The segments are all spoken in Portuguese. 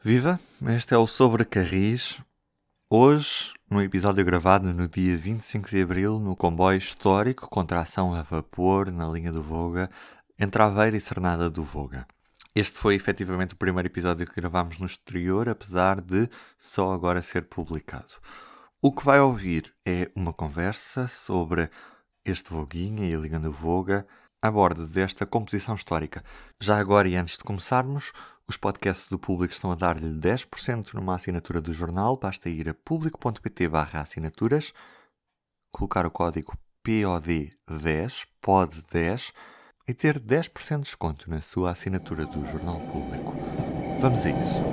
Viva! Este é o Sobre Carris. Hoje, num episódio gravado no dia 25 de Abril, no comboio histórico com tração a vapor na linha do Voga, entre Aveiro e Cernada do Voga. Este foi efetivamente o primeiro episódio que gravámos no exterior, apesar de só agora ser publicado. O que vai ouvir é uma conversa sobre este Voguinha e a linha do Voga, a bordo desta composição histórica. Já agora e antes de começarmos, os podcasts do Público estão a dar-lhe 10% numa assinatura do jornal. Basta ir a público.pt/assinaturas, colocar o código POD10, POD10, e ter 10% de desconto na sua assinatura do Jornal Público. Vamos a isso.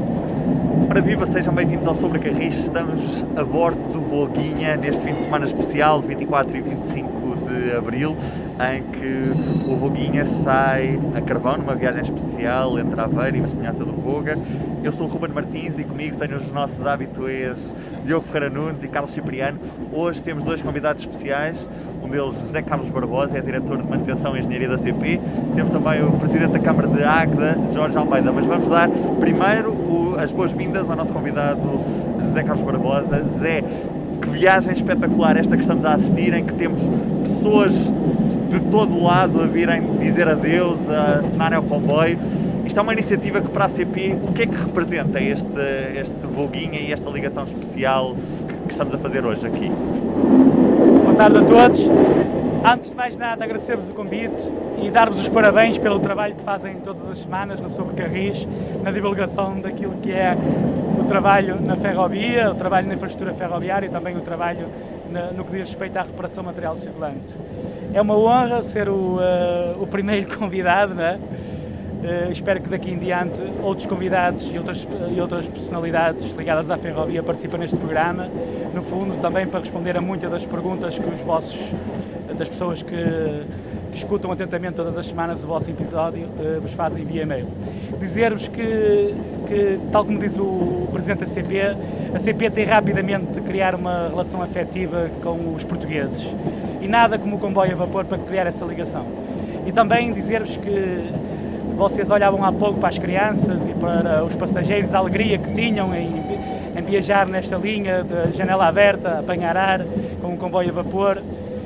Ora viva, sejam bem-vindos ao Sobre Carris. Estamos a bordo do Voguinha neste fim de semana especial de 24 e 25 de Abril, em que o Voguinha sai a carvão numa viagem especial entre Aveiro e Massinhata do Voga. Eu sou o Ruben Martins e comigo tenho os nossos habituês Diogo Ferreira Nunes e Carlos Cipriano. Hoje temos dois convidados especiais, um deles José Carlos Barbosa, é diretor de manutenção e engenharia da CP. Temos também o presidente da Câmara de Águeda, Jorge Almeida. Mas vamos dar primeiro as boas-vindas ao nosso convidado José Carlos Barbosa. Zé, que viagem espetacular esta que estamos a assistir, em que temos pessoas de todo o lado a virem dizer adeus, a acenarem ao comboio. Isto é uma iniciativa que para a CP, o que é que representa este Voguinha e esta ligação especial que estamos a fazer hoje aqui? Boa tarde a todos. Antes de mais nada, agradecer-vos o convite e dar-vos os parabéns pelo trabalho que fazem todas as semanas no Sobre Carris, na divulgação daquilo que é o trabalho na ferrovia, o trabalho na infraestrutura ferroviária e também o trabalho no que diz respeito à reparação material circulante. É uma honra ser o primeiro convidado, não é? Espero que daqui em diante outros convidados e outras personalidades ligadas à ferrovia participem neste programa, no fundo também para responder a muitas das perguntas que das pessoas que escutam atentamente todas as semanas o vosso episódio vos fazem via e-mail. Dizer-vos que, tal como diz o Presidente da CP, a CP tem rapidamente de criar uma relação afetiva com os portugueses e nada como o comboio a vapor para criar essa ligação. E também dizer-vos que vocês olhavam há pouco para as crianças e para os passageiros, a alegria que tinham em viajar nesta linha de janela aberta, apanhar ar com o comboio a vapor,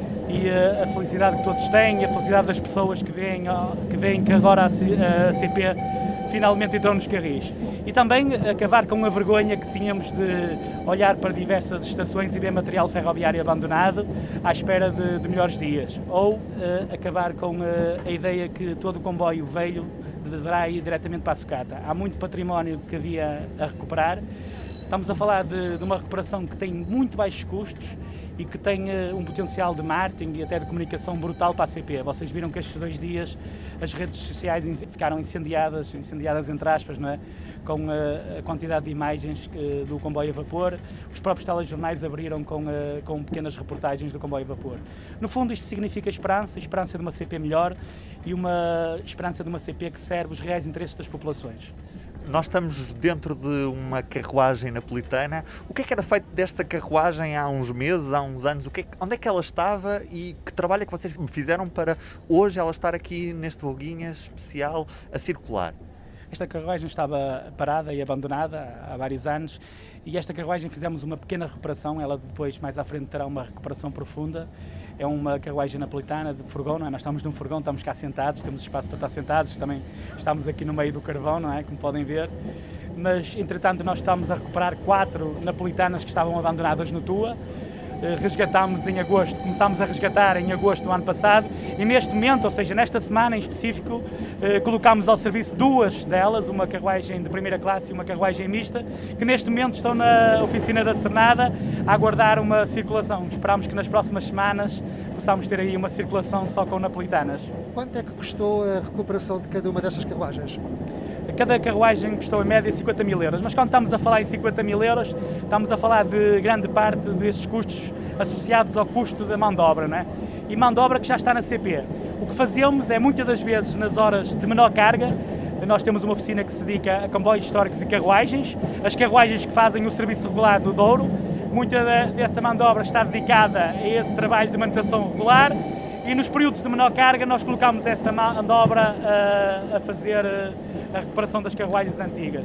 e a felicidade que todos têm, e a felicidade das pessoas que veem que agora a CP finalmente entrou nos carris. E também acabar com a vergonha que tínhamos de olhar para diversas estações e ver material ferroviário abandonado à espera de melhores dias. Ou acabar com a ideia que todo o comboio velho deverá ir diretamente para a sucata. Há muito património que havia a recuperar. Estamos a falar de uma recuperação que tem muito baixos custos e que tem um potencial de marketing e até de comunicação brutal para a CP. Vocês viram que estes 2 dias as redes sociais ficaram incendiadas entre aspas, não é? Com a quantidade de imagens do comboio a vapor. Os próprios telejornais abriram com pequenas reportagens do comboio a vapor. No fundo, isto significa esperança de uma CP melhor e uma esperança de uma CP que serve os reais interesses das populações. Nós estamos dentro de uma carruagem napolitana. O que é que era feito desta carruagem há uns meses, há uns anos? Onde é que ela estava e que trabalho é que vocês fizeram para hoje ela estar aqui neste Voguinha especial a circular? Esta carruagem estava parada e abandonada há vários anos e esta carruagem fizemos uma pequena recuperação, ela depois mais à frente terá uma recuperação profunda. É uma carruagem napolitana de furgão, não é? Nós estamos num furgão, estamos cá sentados, temos espaço para estar sentados, também estamos aqui no meio do carvão, não é? Como podem ver. Mas, entretanto, nós estamos a recuperar 4 napolitanas que estavam abandonadas no Tua. Resgatámos em agosto, começámos a resgatar em agosto do ano passado e neste momento, ou seja, nesta semana em específico, colocámos ao serviço 2 delas, uma carruagem de primeira classe e uma carruagem mista, que neste momento estão na oficina da Cernada a aguardar uma circulação. Esperamos que nas próximas semanas possamos ter aí uma circulação só com napolitanas. Quanto é que custou a recuperação de cada uma destas carruagens? Cada carruagem custou em média 50 mil euros, mas quando estamos a falar em 50 mil euros, estamos a falar de grande parte desses custos associados ao custo da mão de obra, não é? E mão de obra que já está na CP. O que fazemos é, muitas das vezes, nas horas de menor carga, nós temos uma oficina que se dedica a comboios históricos e carruagens, as carruagens que fazem o serviço regular do Douro, muita dessa mão de obra está dedicada a esse trabalho de manutenção regular, e nos períodos de menor carga nós colocamos essa mão de obra a fazer a recuperação das carruagens antigas.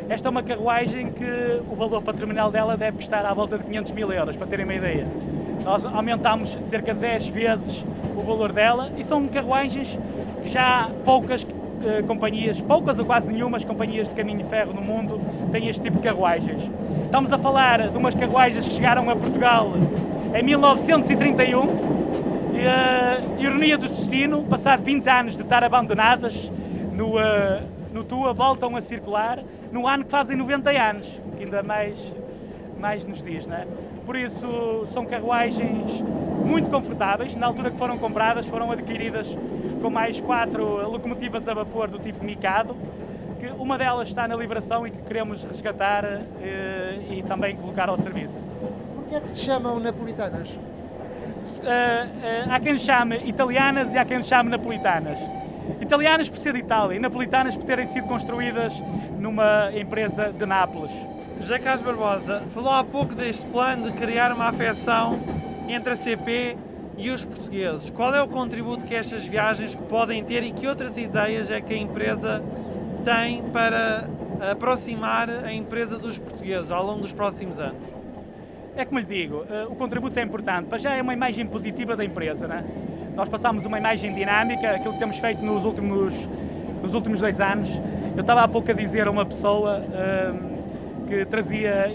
Esta é uma carruagem que o valor patrimonial dela deve custar à volta de 500 mil euros, para terem uma ideia. Nós aumentámos cerca de 10 vezes o valor dela e são carruagens que já poucas companhias, poucas ou quase nenhumas companhias de caminho de ferro no mundo têm este tipo de carruagens. Estamos a falar de umas carruagens que chegaram a Portugal em 1931 e, ironia do destino, passado 20 anos de estar abandonadas no Tua, voltam a circular no ano que fazem 90 anos, que ainda mais nos diz, não é? Por isso são carruagens muito confortáveis. Na altura que foram compradas, foram adquiridas com mais 4 locomotivas a vapor do tipo Mikado, que uma delas está na liberação e que queremos resgatar e também colocar ao serviço. Porquê é que se chamam napolitanas? Há quem chame italianas e há quem chame napolitanas. Italianas por ser de Itália e napolitanas por terem sido construídas numa empresa de Nápoles. José Carlos Barbosa falou há pouco deste plano de criar uma afecção entre a CP e os portugueses. Qual é o contributo que estas viagens podem ter e que outras ideias é que a empresa tem para aproximar a empresa dos portugueses ao longo dos próximos anos? É como lhe digo, o contributo é importante, para já é uma imagem positiva da empresa, não é? Nós passamos uma imagem dinâmica, aquilo que temos feito nos últimos 2 anos. Eu estava há pouco a dizer a uma pessoa que trazia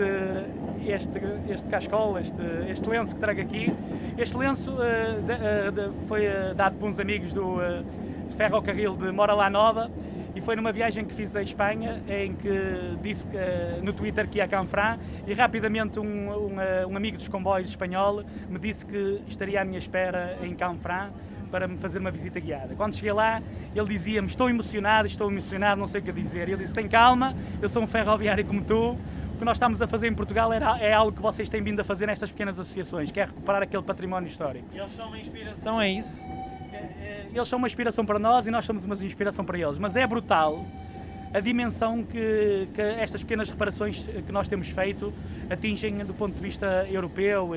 este cascol, este lenço que trago aqui. Este lenço foi dado por uns amigos do ferrocarril de Mora La Nova e foi numa viagem que fiz à Espanha, em que disse no Twitter que ia a Canfrán e rapidamente um amigo dos comboios espanhol me disse que estaria à minha espera em Canfrán para me fazer uma visita guiada. Quando cheguei lá, ele dizia-me: estou emocionado, não sei o que dizer. Eu disse: tem calma, eu sou um ferroviário como tu. O que nós estamos a fazer em Portugal é algo que vocês têm vindo a fazer nestas pequenas associações, que é recuperar aquele património histórico. E eles são uma inspiração, é isso? Eles são uma inspiração para nós e nós somos uma inspiração para eles, mas é brutal a dimensão que estas pequenas reparações que nós temos feito atingem do ponto de vista europeu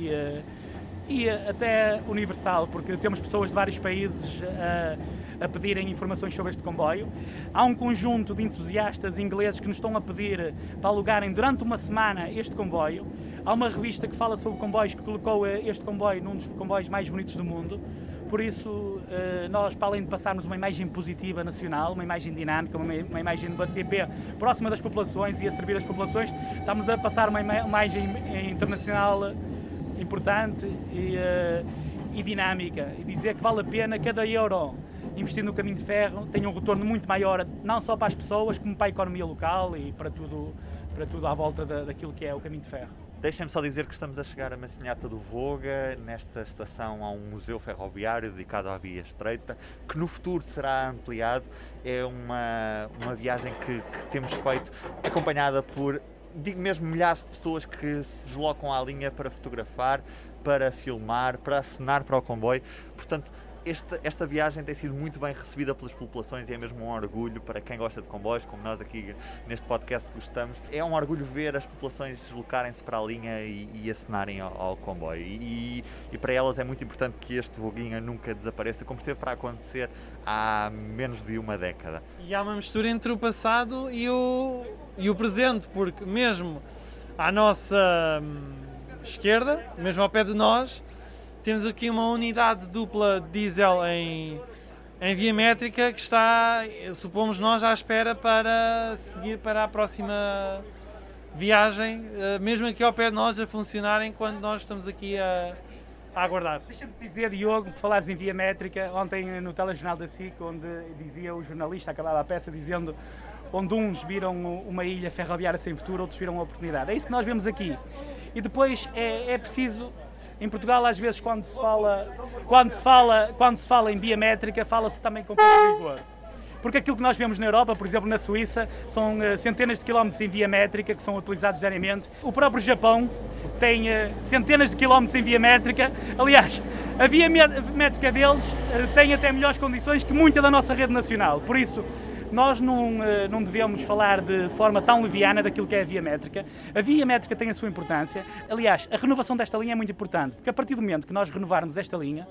e até universal, porque temos pessoas de vários países a pedirem informações sobre este comboio. Há um conjunto de entusiastas ingleses que nos estão a pedir para alugarem durante uma semana este comboio. Há uma revista que fala sobre comboios que colocou este comboio num dos comboios mais bonitos do mundo. Por isso, nós, para além de passarmos uma imagem positiva nacional, uma imagem dinâmica, uma imagem de uma CP próxima das populações e a servir as populações, estamos a passar uma imagem internacional importante e dinâmica, e dizer que vale a pena cada euro investir no caminho de ferro tem um retorno muito maior, não só para as pessoas, como para a economia local e para tudo à volta daquilo que é o caminho de ferro. Deixem-me só dizer que estamos a chegar a Massinhata do Voga. Nesta estação há um museu ferroviário dedicado à via estreita, que no futuro será ampliado. É uma viagem que temos feito acompanhada por, digo mesmo, milhares de pessoas que se deslocam à linha para fotografar, para filmar, para acenar para o comboio. Portanto, esta viagem tem sido muito bem recebida pelas populações e é mesmo um orgulho para quem gosta de comboios, como nós aqui neste podcast gostamos. É um orgulho ver as populações deslocarem-se para a linha e acenarem ao comboio. E para elas é muito importante que este voguinha nunca desapareça, como esteve para acontecer há menos de uma década. E há uma mistura entre o passado e o presente, porque mesmo à nossa esquerda, mesmo ao pé de nós, temos aqui uma unidade dupla de diesel em via métrica que está, supomos nós, à espera para seguir para a próxima viagem, mesmo aqui ao pé de nós, a funcionar enquanto nós estamos aqui a aguardar. Deixa-me dizer, Diogo, por falares em via métrica, ontem no telejornal da SIC, onde dizia o jornalista, acabava a peça dizendo onde uns viram uma ilha ferroviária sem futuro, outros viram uma oportunidade. É isso que nós vemos aqui. E depois é preciso... Em Portugal, às vezes, quando se fala em via métrica, fala-se também com pouco rigor. Porque aquilo que nós vemos na Europa, por exemplo, na Suíça, são centenas de quilómetros em via métrica que são utilizados diariamente. O próprio Japão tem centenas de quilómetros em via métrica. Aliás, a via métrica deles tem até melhores condições que muita da nossa rede nacional. Por isso, nós não devemos falar de forma tão leviana daquilo que é a via métrica. A via métrica tem a sua importância. Aliás, a renovação desta linha é muito importante, porque a partir do momento que nós renovarmos esta linha,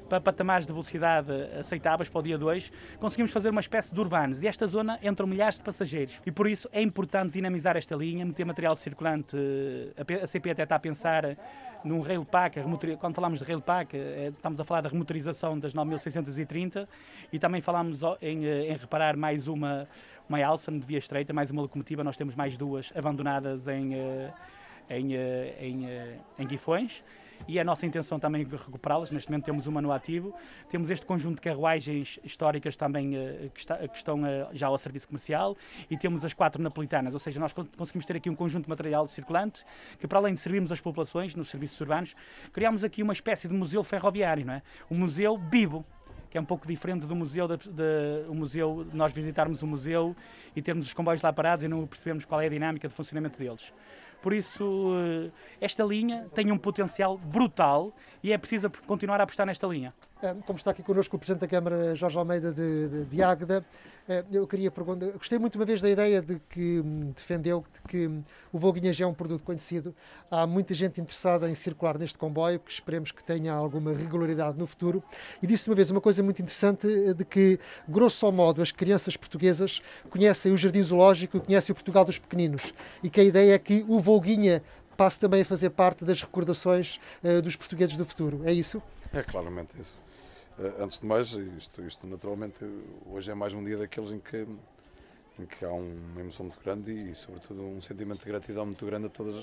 para patamares de velocidade aceitáveis para o dia 2, conseguimos fazer uma espécie de urbanos. E esta zona entram milhares de passageiros. E por isso é importante dinamizar esta linha, meter material circulante. A CP até está a pensar num rail pack. Quando falamos de rail pack, estamos a falar da remotorização das 9630 e também falamos em reparar mais uma alça de via estreita, mais uma locomotiva. Nós temos mais 2 abandonadas em Guifões. E a nossa intenção também é recuperá-las. Neste momento temos uma no ativo. Temos este conjunto de carruagens históricas também que estão já ao serviço comercial e temos as 4 napolitanas, ou seja, nós conseguimos ter aqui um conjunto de material circulante que, para além de servirmos as populações nos serviços urbanos, criámos aqui uma espécie de museu ferroviário, não é? Um museu vivo, que é um pouco diferente do museu, nós visitarmos o museu e termos os comboios lá parados e não percebermos qual é a dinâmica de funcionamento deles. Por isso, esta linha tem um potencial brutal e é preciso continuar a apostar nesta linha. Como está aqui connosco o Presidente da Câmara, Jorge Almeida, de Águeda, eu queria perguntar, gostei muito uma vez da ideia de que defendeu de que o Volguinha já é um produto conhecido. Há muita gente interessada em circular neste comboio, que esperemos que tenha alguma regularidade no futuro. E disse uma vez uma coisa muito interessante, de que, grosso modo, as crianças portuguesas conhecem o Jardim Zoológico e conhecem o Portugal dos pequeninos. E que a ideia é que o Volguinha passe também a fazer parte das recordações dos portugueses do futuro. É isso? É claramente isso. Antes de mais, isto naturalmente hoje é mais um dia daqueles em que há uma emoção muito grande e sobretudo um sentimento de gratidão muito grande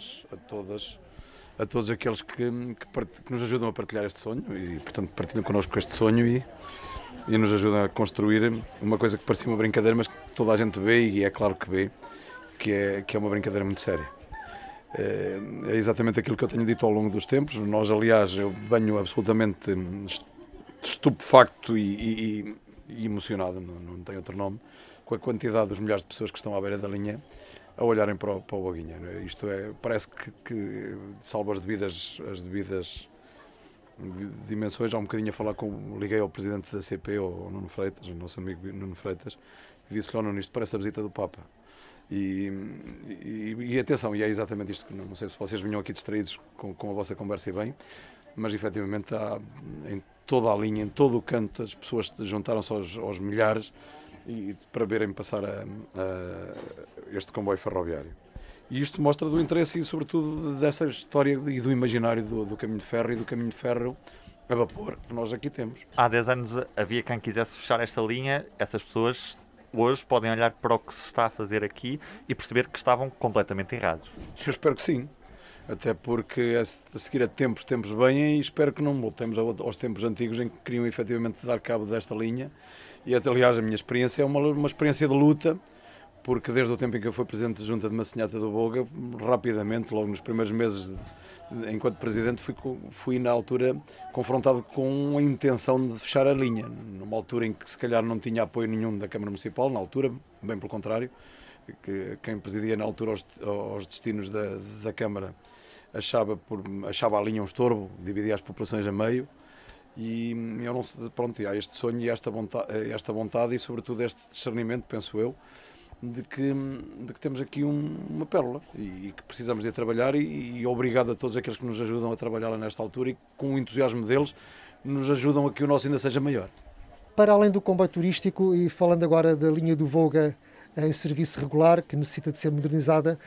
a todos aqueles que nos ajudam a partilhar este sonho e, portanto, partilham connosco este sonho e nos ajudam a construir uma coisa que parecia uma brincadeira, mas que toda a gente vê e é claro que vê, que é uma brincadeira muito séria. É exatamente aquilo que eu tenho dito ao longo dos tempos. Nós, aliás, eu venho absolutamente estupefacto e emocionado, não tem outro nome, com a quantidade dos milhares de pessoas que estão à beira da linha a olharem para o Volguinha. Isto parece que salvo as devidas dimensões. Há um bocadinho a falar liguei ao Presidente da CP, ao Nuno Freitas, o nosso amigo Nuno Freitas, e disse-lhe: Nuno, isto parece a visita do Papa. E atenção, e é exatamente isto, que não sei se vocês vinham aqui distraídos com a vossa conversa e bem, mas efetivamente há em toda a linha, em todo o canto, as pessoas juntaram-se aos milhares para verem passar este comboio ferroviário. E isto mostra do interesse e sobretudo dessa história e do imaginário do caminho de ferro e do caminho de ferro a vapor que nós aqui temos. Há 10 anos havia quem quisesse fechar esta linha. Essas pessoas hoje podem olhar para o que se está a fazer aqui e perceber que estavam completamente errados. Eu espero que sim. Até porque a seguir a tempos bem, e espero que não voltemos aos tempos antigos em que queriam efetivamente dar cabo desta linha. E até, aliás, a minha experiência é uma experiência de luta, porque desde o tempo em que eu fui Presidente de Junta de Massinhata do Voga, rapidamente, logo nos primeiros meses enquanto Presidente, fui na altura confrontado com a intenção de fechar a linha, numa altura em que se calhar não tinha apoio nenhum da Câmara Municipal, na altura, bem pelo contrário, que quem presidia na altura aos destinos da Câmara achava a linha um estorbo, dividia as populações a meio, e eu não sei, pronto, há este sonho e esta vontade e sobretudo este discernimento, penso eu, de que temos aqui uma pérola e que precisamos de trabalhar e obrigado a todos aqueles que nos ajudam a trabalhá-la nesta altura e com o entusiasmo deles nos ajudam a que o nosso ainda seja maior. Para além do comboio turístico e falando agora da linha do Voga em serviço regular, que necessita de ser modernizada,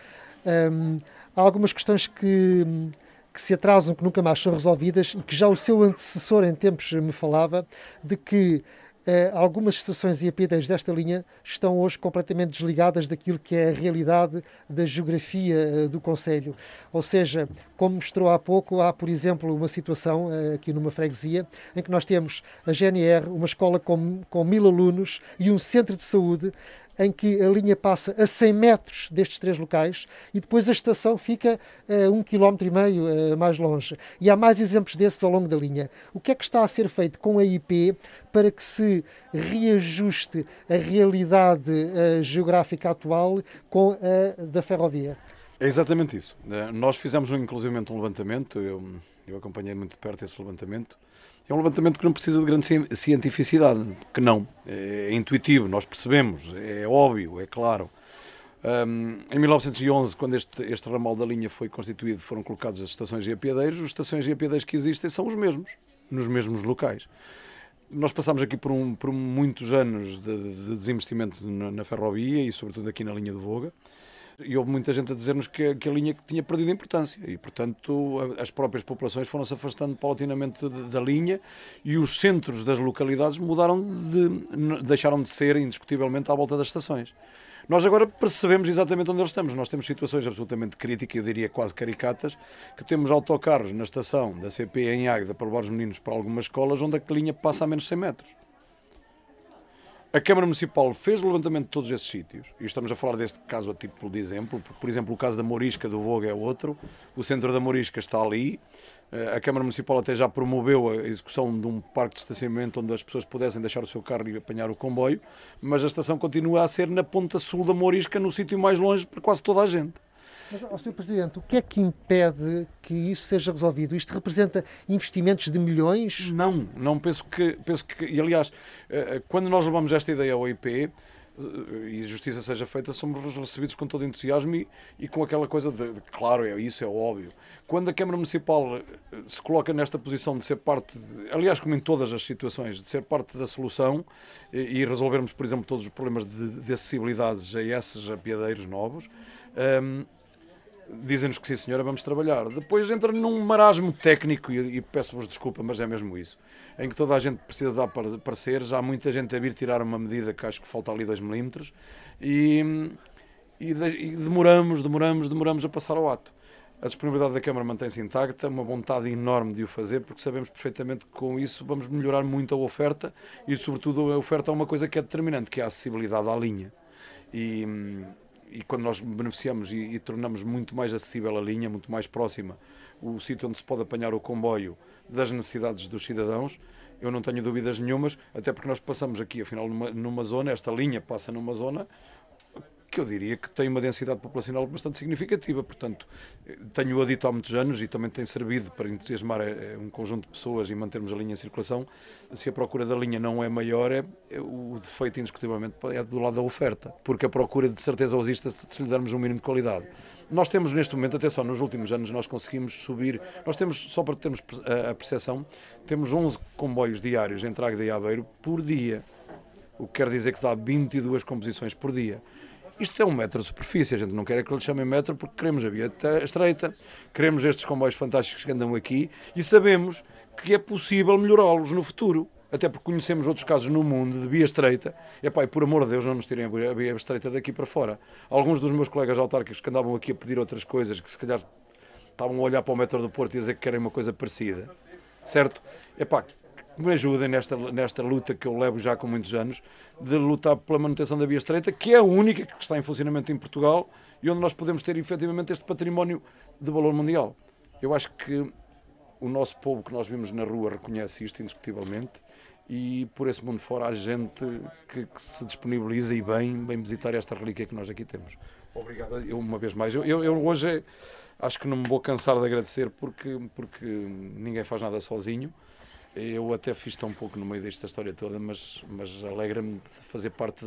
há algumas questões que se atrasam, que nunca mais são resolvidas e que já o seu antecessor em tempos me falava, de que algumas estações e apiadeiros desta linha estão hoje completamente desligadas daquilo que é a realidade da geografia do concelho. Ou seja, como mostrou há pouco, há, por exemplo, uma situação aqui numa freguesia em que nós temos a GNR, uma escola com 1000 alunos e um centro de saúde em que a linha passa a 100 metros destes 3 locais e depois a estação fica a 1,5 km mais longe. E há mais exemplos desses ao longo da linha. O que é que está a ser feito com a IP para que se reajuste a realidade geográfica atual com a da ferrovia? É exatamente isso. Nós fizemos inclusivamente um levantamento, eu acompanhei muito de perto esse levantamento. É um levantamento que não precisa de grande cientificidade, que não. É intuitivo, nós percebemos, é óbvio, é claro. Em 1911, quando este ramal da linha foi constituído, foram colocadas as estações e apiadeiros. As estações e apiadeiros que existem são os mesmos. nos mesmos locais. Nós passámos aqui por muitos anos de desinvestimento na ferrovia e sobretudo aqui na linha do Voga, e houve muita gente a dizer-nos que a linha tinha perdido importância e, portanto, as próprias populações foram-se afastando paulatinamente da linha e os centros das localidades deixaram de ser indiscutivelmente à volta das estações. Nós agora percebemos exatamente onde eles estamos. Nós temos situações absolutamente críticas, eu diria quase caricatas, que temos autocarros na estação da CP em Águeda para levar os meninos para algumas escolas onde a linha passa a menos 100 metros. A Câmara Municipal fez o levantamento de todos esses sítios, e estamos a falar deste caso a título de exemplo, porque, por exemplo, o caso da Mourisca do Voga é outro, o centro da Mourisca está ali, a Câmara Municipal até já promoveu a execução de um parque de estacionamento onde as pessoas pudessem deixar o seu carro e apanhar o comboio, mas a estação continua a ser na ponta sul da Mourisca, no sítio mais longe para quase toda a gente. Mas, Sr. Presidente, o que é que impede que isso seja resolvido? Isto representa investimentos de milhões? Não penso que, e aliás, quando nós levamos esta ideia ao OIP, e justiça seja feita, somos recebidos com todo entusiasmo e com aquela coisa claro, isso é óbvio. Quando a Câmara Municipal se coloca nesta posição de ser parte, aliás, como em todas as situações, de ser parte da solução e resolvermos, por exemplo, todos os problemas de acessibilidades a esses apiadeiros novos, dizem-nos que sim, senhora, vamos trabalhar. Depois entra num marasmo técnico, e peço-vos desculpa, mas é mesmo isso, em que toda a gente precisa dar pareceres, há muita gente a vir tirar uma medida que acho que falta ali 2 milímetros, e demoramos a passar ao ato. A disponibilidade da Câmara mantém-se intacta, uma vontade enorme de o fazer, porque sabemos perfeitamente que com isso vamos melhorar muito a oferta, e sobretudo a oferta é uma coisa que é determinante, que é a acessibilidade à linha. E quando nós beneficiamos e tornamos muito mais acessível a linha, muito mais próxima, o sítio onde se pode apanhar o comboio das necessidades dos cidadãos, eu não tenho dúvidas nenhumas, até porque nós passamos aqui, afinal, numa zona, esta linha passa numa zona que eu diria que tem uma densidade populacional bastante significativa, portanto, tenho-o dito há muitos anos e também tem servido para entusiasmar um conjunto de pessoas e mantermos a linha em circulação. Se a procura da linha não é maior, o defeito indiscutivelmente é do lado da oferta, porque a procura de certeza existe se lhe darmos um mínimo de qualidade. Nós temos neste momento, atenção, nos últimos anos nós conseguimos subir, nós temos, só para termos a percepção, temos 11 comboios diários entre Águeda e Aveiro por dia, o que quer dizer que dá 22 composições por dia. Isto é um metro de superfície, a gente não quer que lhe chamem metro porque queremos a via estreita, queremos estes comboios fantásticos que andam aqui e sabemos que é possível melhorá-los no futuro. Até porque conhecemos outros casos no mundo de via estreita. E por amor de Deus, não nos tirem a via estreita daqui para fora. Alguns dos meus colegas autárquicos que andavam aqui a pedir outras coisas, que se calhar estavam a olhar para o metro do Porto e a dizer que querem uma coisa parecida, certo? Que me ajudem nesta luta que eu levo já com muitos anos, de lutar pela manutenção da via estreita, que é a única que está em funcionamento em Portugal e onde nós podemos ter efetivamente este património de valor mundial. Eu acho que o nosso povo que nós vimos na rua reconhece isto indiscutivelmente e por esse mundo fora há gente que se disponibiliza e bem visitar esta relíquia que nós aqui temos. Obrigado uma vez mais. Eu hoje acho que não me vou cansar de agradecer porque ninguém faz nada sozinho. Eu até fiz tão pouco no meio desta história toda, mas alegra-me de fazer parte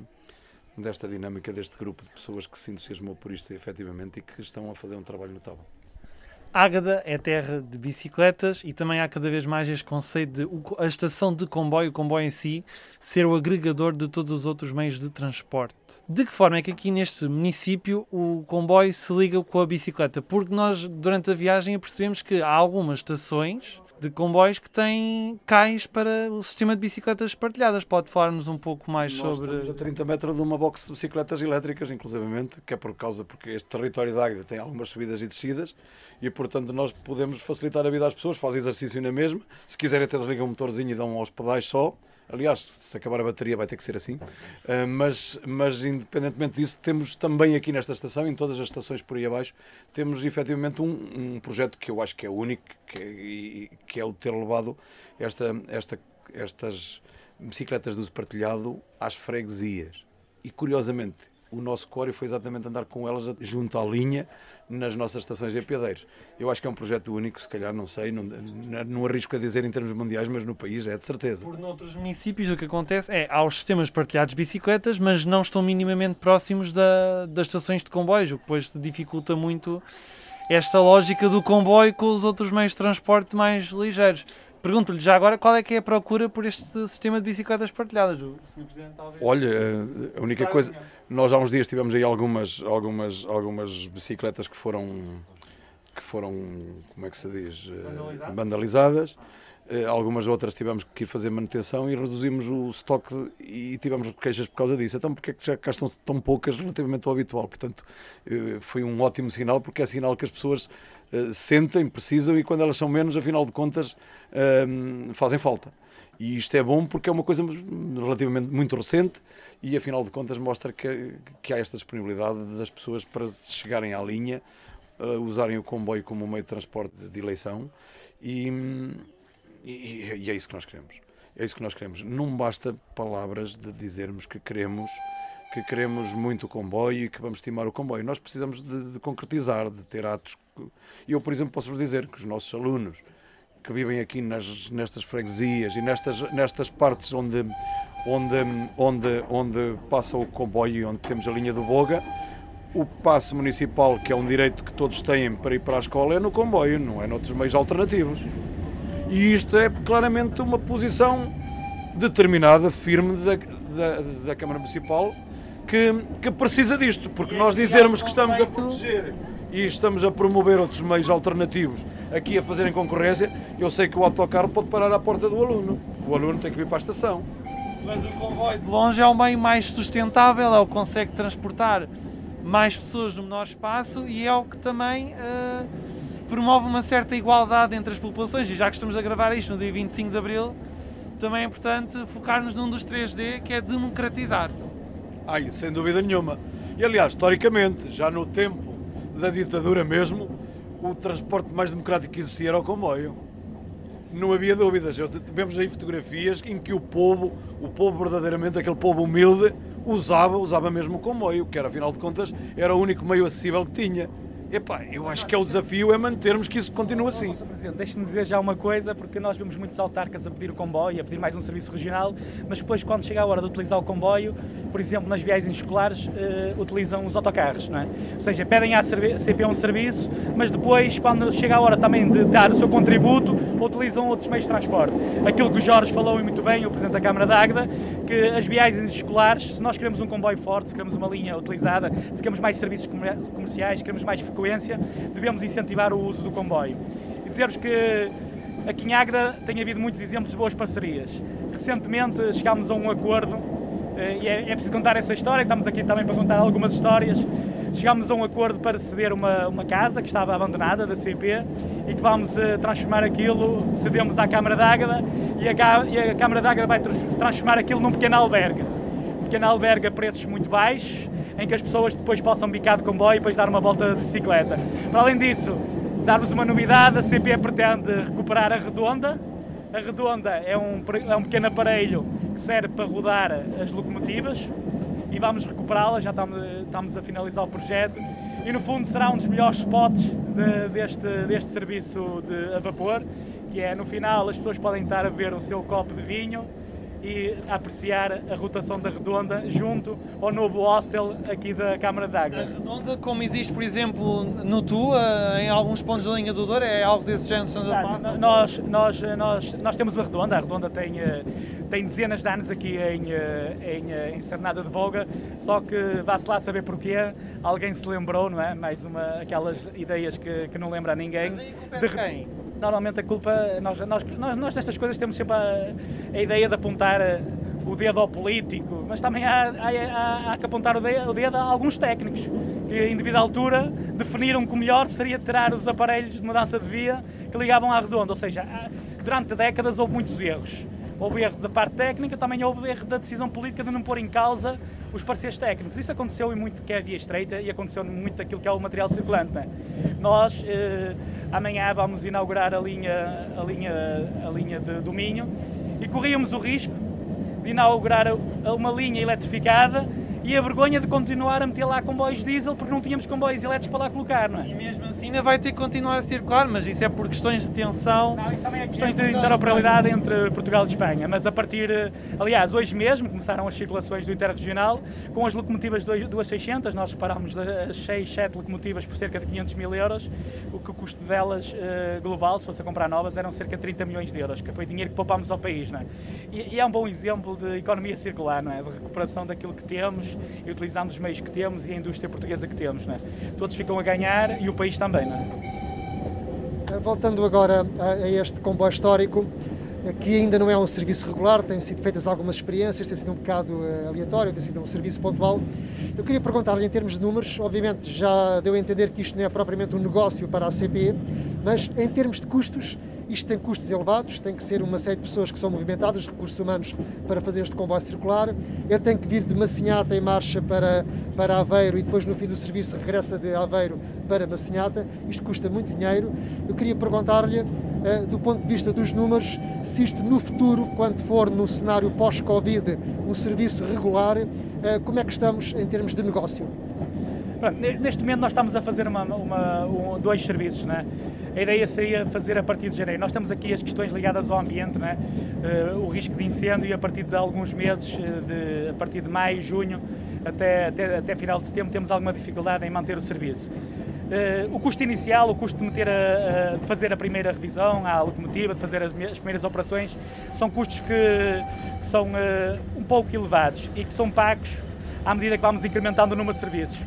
desta dinâmica, deste grupo de pessoas que se entusiasmou por isto efetivamente e que estão a fazer um trabalho notável. Águeda é terra de bicicletas e também há cada vez mais este conceito de a estação de comboio, o comboio em si, ser o agregador de todos os outros meios de transporte. De que forma é que aqui neste município o comboio se liga com a bicicleta? Porque nós, durante a viagem, percebemos que há algumas estações de comboios que têm cais para o sistema de bicicletas partilhadas. Pode falar-nos um pouco mais sobre... Nós estamos a 30 metros de uma box de bicicletas elétricas, inclusivamente, que é porque este território de Águeda tem algumas subidas e descidas e, portanto, nós podemos facilitar a vida às pessoas, fazem exercício na mesma, se quiserem até desligam um motorzinho e dão aos pedais só. Aliás, se acabar a bateria vai ter que ser assim, mas independentemente disso, temos também aqui nesta estação, em todas as estações por aí abaixo, temos efetivamente um projeto que eu acho que é único, que é o de ter levado estas bicicletas de uso partilhado às freguesias. E curiosamente, o nosso core foi exatamente andar com elas junto à linha nas nossas estações de apiadeiros. Eu acho que é um projeto único, se calhar, não sei, não arrisco a dizer em termos mundiais, mas no país é de certeza. Por noutros municípios o que acontece é há os sistemas partilhados de bicicletas, mas não estão minimamente próximos das estações de comboios, o que depois dificulta muito esta lógica do comboio com os outros meios de transporte mais ligeiros. Pergunto-lhe já agora qual é que é a procura por este sistema de bicicletas partilhadas. O Sr. Presidente, talvez. Olha, a única coisa, nós há uns dias tivemos aí algumas bicicletas que foram, como é que se diz, vandalizadas. Algumas outras tivemos que ir fazer manutenção e reduzimos o estoque e tivemos queixas por causa disso. Então porque é que já cá estão tão poucas relativamente ao habitual? Portanto, foi um ótimo sinal, porque é sinal que as pessoas sentem, precisam, e quando elas são menos, afinal de contas, fazem falta. E isto é bom porque é uma coisa relativamente muito recente e, afinal de contas, mostra que há esta disponibilidade das pessoas para chegarem à linha, usarem o comboio como um meio de transporte de eleição e é isso que nós queremos. É isso que nós queremos. Não basta palavras de dizermos que queremos muito o comboio e que vamos estimar o comboio. Nós precisamos de concretizar, de ter atos. Eu, por exemplo, posso-vos dizer que os nossos alunos que vivem aqui nestas freguesias e nestas partes onde passa o comboio e onde temos a linha do Voga, o passe municipal, que é um direito que todos têm para ir para a escola, é no comboio, não é noutros meios alternativos. E isto é claramente uma posição determinada, firme da Câmara Municipal, que precisa disto, porque nós dizermos que estamos a proteger e estamos a promover outros meios alternativos aqui a fazerem concorrência, eu sei que o autocarro pode parar à porta do aluno. O aluno tem que vir para a estação. Mas o comboio de longe é o meio mais sustentável, é o que consegue transportar mais pessoas no menor espaço e é o que também promove uma certa igualdade entre as populações. E já que estamos a gravar isto no dia 25 de Abril, também é importante focar-nos num dos 3D, que é democratizar. Sem dúvida nenhuma. E aliás, historicamente, já no tempo da ditadura mesmo, o transporte mais democrático que existia era o comboio. Não havia dúvidas. Vemos aí fotografias em que o povo verdadeiramente, aquele povo humilde, usava mesmo o comboio, que era, afinal de contas, era o único meio acessível que tinha. Eu acho que o desafio é mantermos que isso continue assim. Sr. Presidente, deixe-me dizer já uma coisa, porque nós vemos muitos autarcas a pedir o comboio, a pedir mais um serviço regional, mas depois, quando chega a hora de utilizar o comboio, por exemplo, nas viagens escolares, utilizam os autocarros, não é? Ou seja, pedem à CP um serviço, mas depois, quando chega a hora também de dar o seu contributo, utilizam outros meios de transporte. Aquilo que o Jorge falou e muito bem, o Presidente da Câmara de Águeda, que as viagens escolares, se nós queremos um comboio forte, se queremos uma linha utilizada, se queremos mais serviços comerciais, se queremos mais frequência, devemos incentivar o uso do comboio. E dizer-vos que aqui em Águeda tem havido muitos exemplos de boas parcerias. Recentemente chegámos a um acordo, e é preciso contar essa história, estamos aqui também para contar algumas histórias. Chegámos a um acordo para ceder uma casa que estava abandonada da CP e que vamos transformar aquilo, cedemos à Câmara de Águeda e a Câmara de Águeda vai transformar aquilo num pequeno albergue. Um pequeno albergue a preços muito baixos, em que as pessoas depois possam bicar de comboio e depois dar uma volta de bicicleta. Para além disso, dar-vos uma novidade, a CP pretende recuperar a Redonda. A Redonda é um pequeno aparelho que serve para rodar as locomotivas e vamos recuperá-la, já estamos a finalizar o projeto e no fundo será um dos melhores spots deste serviço a vapor, que é no final as pessoas podem estar a beber o seu copo de vinho e a apreciar a rotação da Redonda junto ao novo hostel aqui da Câmara de Águeda. A Redonda, como existe, por exemplo, no Tua, em alguns pontos da linha do Douro, é algo desse género que estamos a falar? Nós temos a Redonda tem dezenas de anos aqui em Cernada de Voga, só que vá-se lá saber porquê, alguém se lembrou, não é? Mais aquelas ideias que não lembra a ninguém. Mas aí a culpa é de quem? Normalmente a culpa, nós nestas coisas temos sempre a ideia de apontar o dedo ao político, mas também há que apontar o dedo a alguns técnicos que em devida altura definiram que o melhor seria tirar os aparelhos de mudança de via que ligavam à Redonda, ou seja, durante décadas houve muitos erros. Houve erro da parte técnica, também houve erro da decisão política de não pôr em causa os pareceres técnicos. Isso aconteceu em muito que é a via estreita e aconteceu muito daquilo que é o material circulante. Não é? Nós, amanhã, vamos inaugurar a linha do Minho e corríamos o risco de inaugurar uma linha eletrificada e a vergonha de continuar a meter lá comboios diesel porque não tínhamos comboios elétricos para lá colocar, não é? E mesmo assim ainda vai ter que continuar a circular, mas isso é por questões de tensão. Não, isso também é questões de interoperabilidade entre Portugal e Espanha, mas a partir, aliás, hoje mesmo começaram as circulações do Interregional com as locomotivas 2600, nós reparámos as 6, 7 locomotivas por cerca de 500 mil euros, o que o custo delas global, se fosse a comprar novas, eram cerca de 30 milhões de euros, que foi dinheiro que poupámos ao país, não é? E é um bom exemplo de economia circular, não é? De recuperação daquilo que temos e utilizando os meios que temos e a indústria portuguesa que temos, não é? Todos ficam a ganhar e o país também, não é? Voltando agora a este comboio histórico, que ainda não é um serviço regular, têm sido feitas algumas experiências, tem sido um bocado aleatório, tem sido um serviço pontual. Eu queria perguntar-lhe, em termos de números, obviamente já deu a entender que isto não é propriamente um negócio para a CP, mas em termos de custos, isto tem custos elevados, tem que ser uma série de pessoas que são movimentadas, recursos humanos, para fazer este comboio circular. Ele tem que vir de Massinhata em marcha para Aveiro e depois no fim do serviço regressa de Aveiro para Massinhata. Isto custa muito dinheiro. Eu queria perguntar-lhe, do ponto de vista dos números, se isto no futuro, quando for num cenário pós-Covid, um serviço regular, como é que estamos em termos de negócio? Pronto, neste momento nós estamos a fazer dois serviços, não é? A ideia seria fazer a partir de janeiro. Nós temos aqui as questões ligadas ao ambiente, não é? O risco de incêndio e a partir de alguns meses, a partir de maio, junho, até final de setembro, temos alguma dificuldade em manter o serviço. O custo inicial, o custo de de fazer a primeira revisão à locomotiva, de fazer as primeiras operações, são custos que são um pouco elevados e que são pagos à medida que vamos incrementando o número de serviços.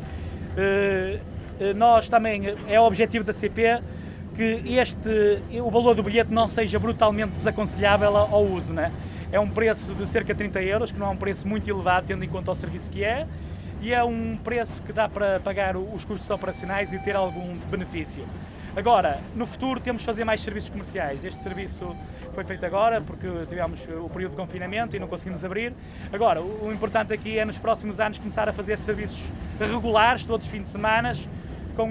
Nós também, é o objetivo da CP que o valor do bilhete não seja brutalmente desaconselhável ao uso, né? É um preço de cerca de 30 euros, que não é um preço muito elevado tendo em conta o serviço que é, e é um preço que dá para pagar os custos operacionais e ter algum benefício. Agora, no futuro temos de fazer mais serviços comerciais. Este serviço foi feito agora porque tivemos o período de confinamento e não conseguimos abrir. Agora, o importante aqui é nos próximos anos começar a fazer serviços regulares, todos os fins de semana, com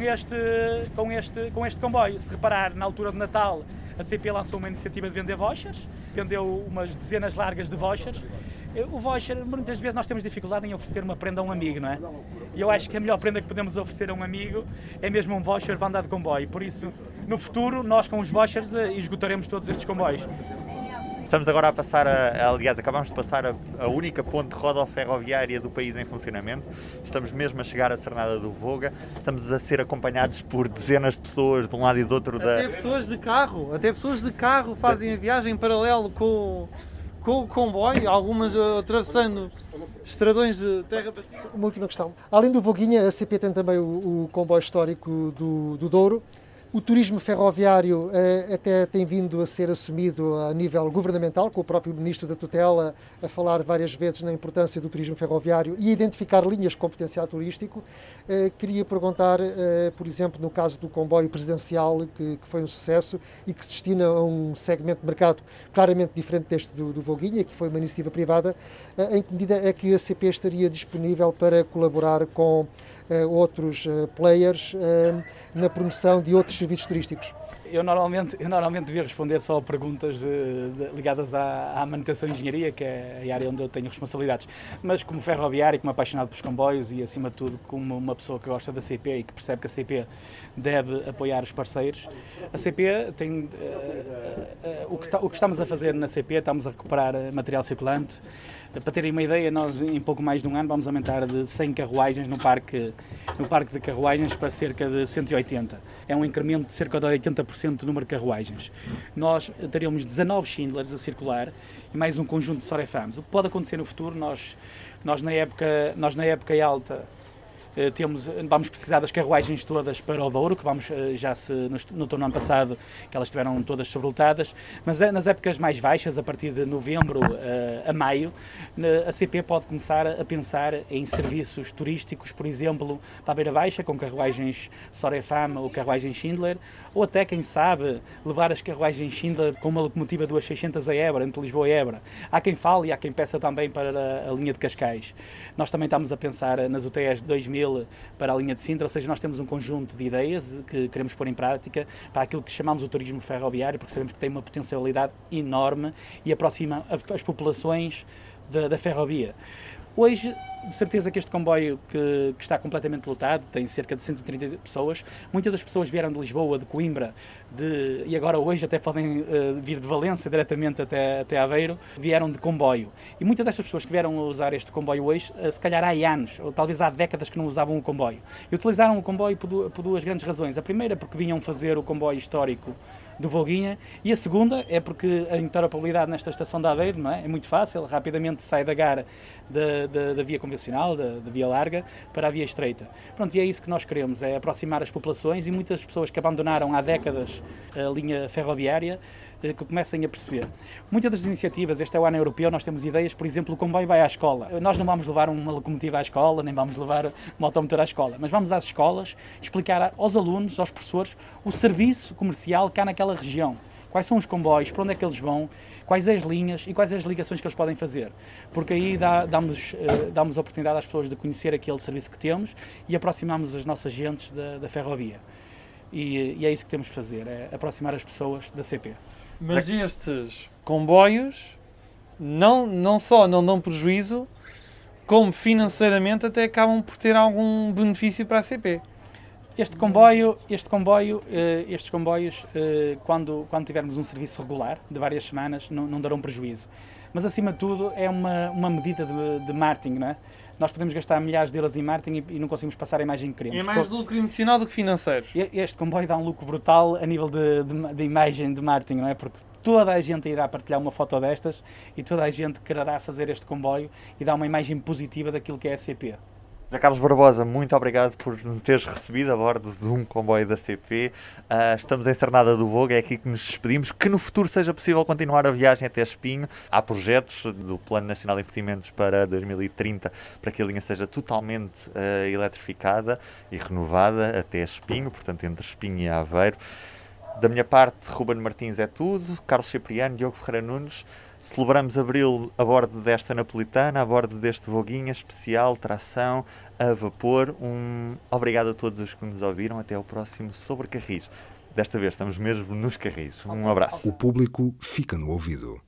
este comboio. Se reparar, na altura de Natal, a CP lançou uma iniciativa de vender vouchers, vendeu umas dezenas largas de vouchers. O voucher, muitas vezes nós temos dificuldade em oferecer uma prenda a um amigo, não é? E eu acho que a melhor prenda que podemos oferecer a um amigo é mesmo um voucher para andar de comboio. Por isso, no futuro, nós com os vouchers esgotaremos todos estes comboios. Estamos agora a passar, aliás, acabamos de passar a única ponte rodoferroviária do país em funcionamento. Estamos mesmo a chegar à Cernada do Voga. Estamos a ser acompanhados por dezenas de pessoas de um lado e do outro. Até pessoas de carro fazem a viagem em paralelo com o comboio, algumas atravessando estradões de terra. Uma última questão. Além do Voguinha, a CP tem também o comboio histórico do Douro. O turismo ferroviário até tem vindo a ser assumido a nível governamental, com o próprio Ministro da Tutela a falar várias vezes na importância do turismo ferroviário e a identificar linhas com potencial turístico. Queria perguntar, por exemplo, no caso do comboio presidencial, que foi um sucesso e que se destina a um segmento de mercado claramente diferente deste do Voguinha, que foi uma iniciativa privada, em que medida é que a CP estaria disponível para colaborar com outros players na promoção de outros serviços turísticos? Eu normalmente devia responder só a perguntas ligadas à manutenção e engenharia, que é a área onde eu tenho responsabilidades. Mas como ferroviário, como apaixonado pelos comboios e, acima de tudo, como uma pessoa que gosta da CP e que percebe que a CP deve apoiar os parceiros, a CP tem... o que estamos a fazer na CP, estamos a recuperar material circulante. Para terem uma ideia, nós em pouco mais de um ano vamos aumentar de 100 carruagens no parque de carruagens para cerca de 180. É um incremento de cerca de 80% do número de carruagens. Nós teríamos 19 Schindlers a circular e mais um conjunto de Sorefams. O que pode acontecer no futuro, nós na época alta vamos precisar das carruagens todas para o Douro, que no ano passado, que elas estiveram todas sobrelotadas, mas nas épocas mais baixas, a partir de novembro a maio, a CP pode começar a pensar em serviços turísticos, por exemplo, para a Beira Baixa, com carruagens Sorefam ou carruagens Schindler, ou até, quem sabe, levar as carruagens Schindler com uma locomotiva 2600 a Évora, entre Lisboa e Évora. Há quem fale e há quem peça também para a linha de Cascais. Nós também estamos a pensar nas UTS 2000 para a linha de Sintra, ou seja, nós temos um conjunto de ideias que queremos pôr em prática para aquilo que chamamos o turismo ferroviário, porque sabemos que tem uma potencialidade enorme e aproxima as populações da ferrovia. Hoje, de certeza que este comboio que está completamente lotado, tem cerca de 130 pessoas, muitas das pessoas vieram de Lisboa, de Coimbra, e agora hoje até podem vir de Valência diretamente até Aveiro, vieram de comboio. E muitas destas pessoas que vieram a usar este comboio hoje, se calhar há anos, ou talvez há décadas que não usavam o comboio. E utilizaram o comboio por duas grandes razões. A primeira, porque vinham fazer o comboio histórico do Voguinha, e a segunda é porque a interoperabilidade nesta estação de Aveiro, não é? É muito fácil, rapidamente sai da gara da via convencional, da via larga, para a via estreita. Pronto, e é isso que nós queremos, é aproximar as populações e muitas pessoas que abandonaram há décadas a linha ferroviária, que comecem a perceber. Muitas das iniciativas, este é o ano europeu, nós temos ideias, por exemplo, o comboio vai à escola. Nós não vamos levar uma locomotiva à escola, nem vamos levar uma automotor à escola, mas vamos às escolas explicar aos alunos, aos professores, o serviço comercial que há naquela região. Quais são os comboios, para onde é que eles vão, quais as linhas e quais as ligações que eles podem fazer. Porque aí damos a oportunidade às pessoas de conhecer aquele serviço que temos e aproximamos as nossas gentes da ferrovia. E é isso que temos de fazer, é aproximar as pessoas da CP. Mas estes comboios não só não dão prejuízo, como financeiramente até acabam por ter algum benefício para a CP. Estes comboios, quando tivermos um serviço regular de várias semanas, não darão prejuízo. Mas, acima de tudo, é uma medida de marketing, não é? Nós podemos gastar milhares de euros em marketing e não conseguimos passar a imagem que queremos. É mais lucro emocional do que financeiro. Este comboio dá um lucro brutal a nível de imagem de marketing, não é? Porque toda a gente irá partilhar uma foto destas e toda a gente quererá fazer este comboio e dar uma imagem positiva daquilo que é a CP. José Carlos Barbosa, muito obrigado por nos teres recebido a bordo de um comboio da CP. Estamos em Cernada do Vogo, é aqui que nos despedimos. Que no futuro seja possível continuar a viagem até Espinho. Há projetos do Plano Nacional de Investimentos para 2030 para que a linha seja totalmente eletrificada e renovada até Espinho, portanto entre Espinho e Aveiro. Da minha parte, Ruben Martins é tudo. Carlos Cipriano, Diogo Ferreira Nunes. Celebramos Abril a bordo desta napolitana, a bordo deste Voguinha especial, tração a vapor. Obrigado a todos os que nos ouviram. Até ao próximo Sobre Carris. Desta vez estamos mesmo nos Carris. Um abraço. O público fica no ouvido.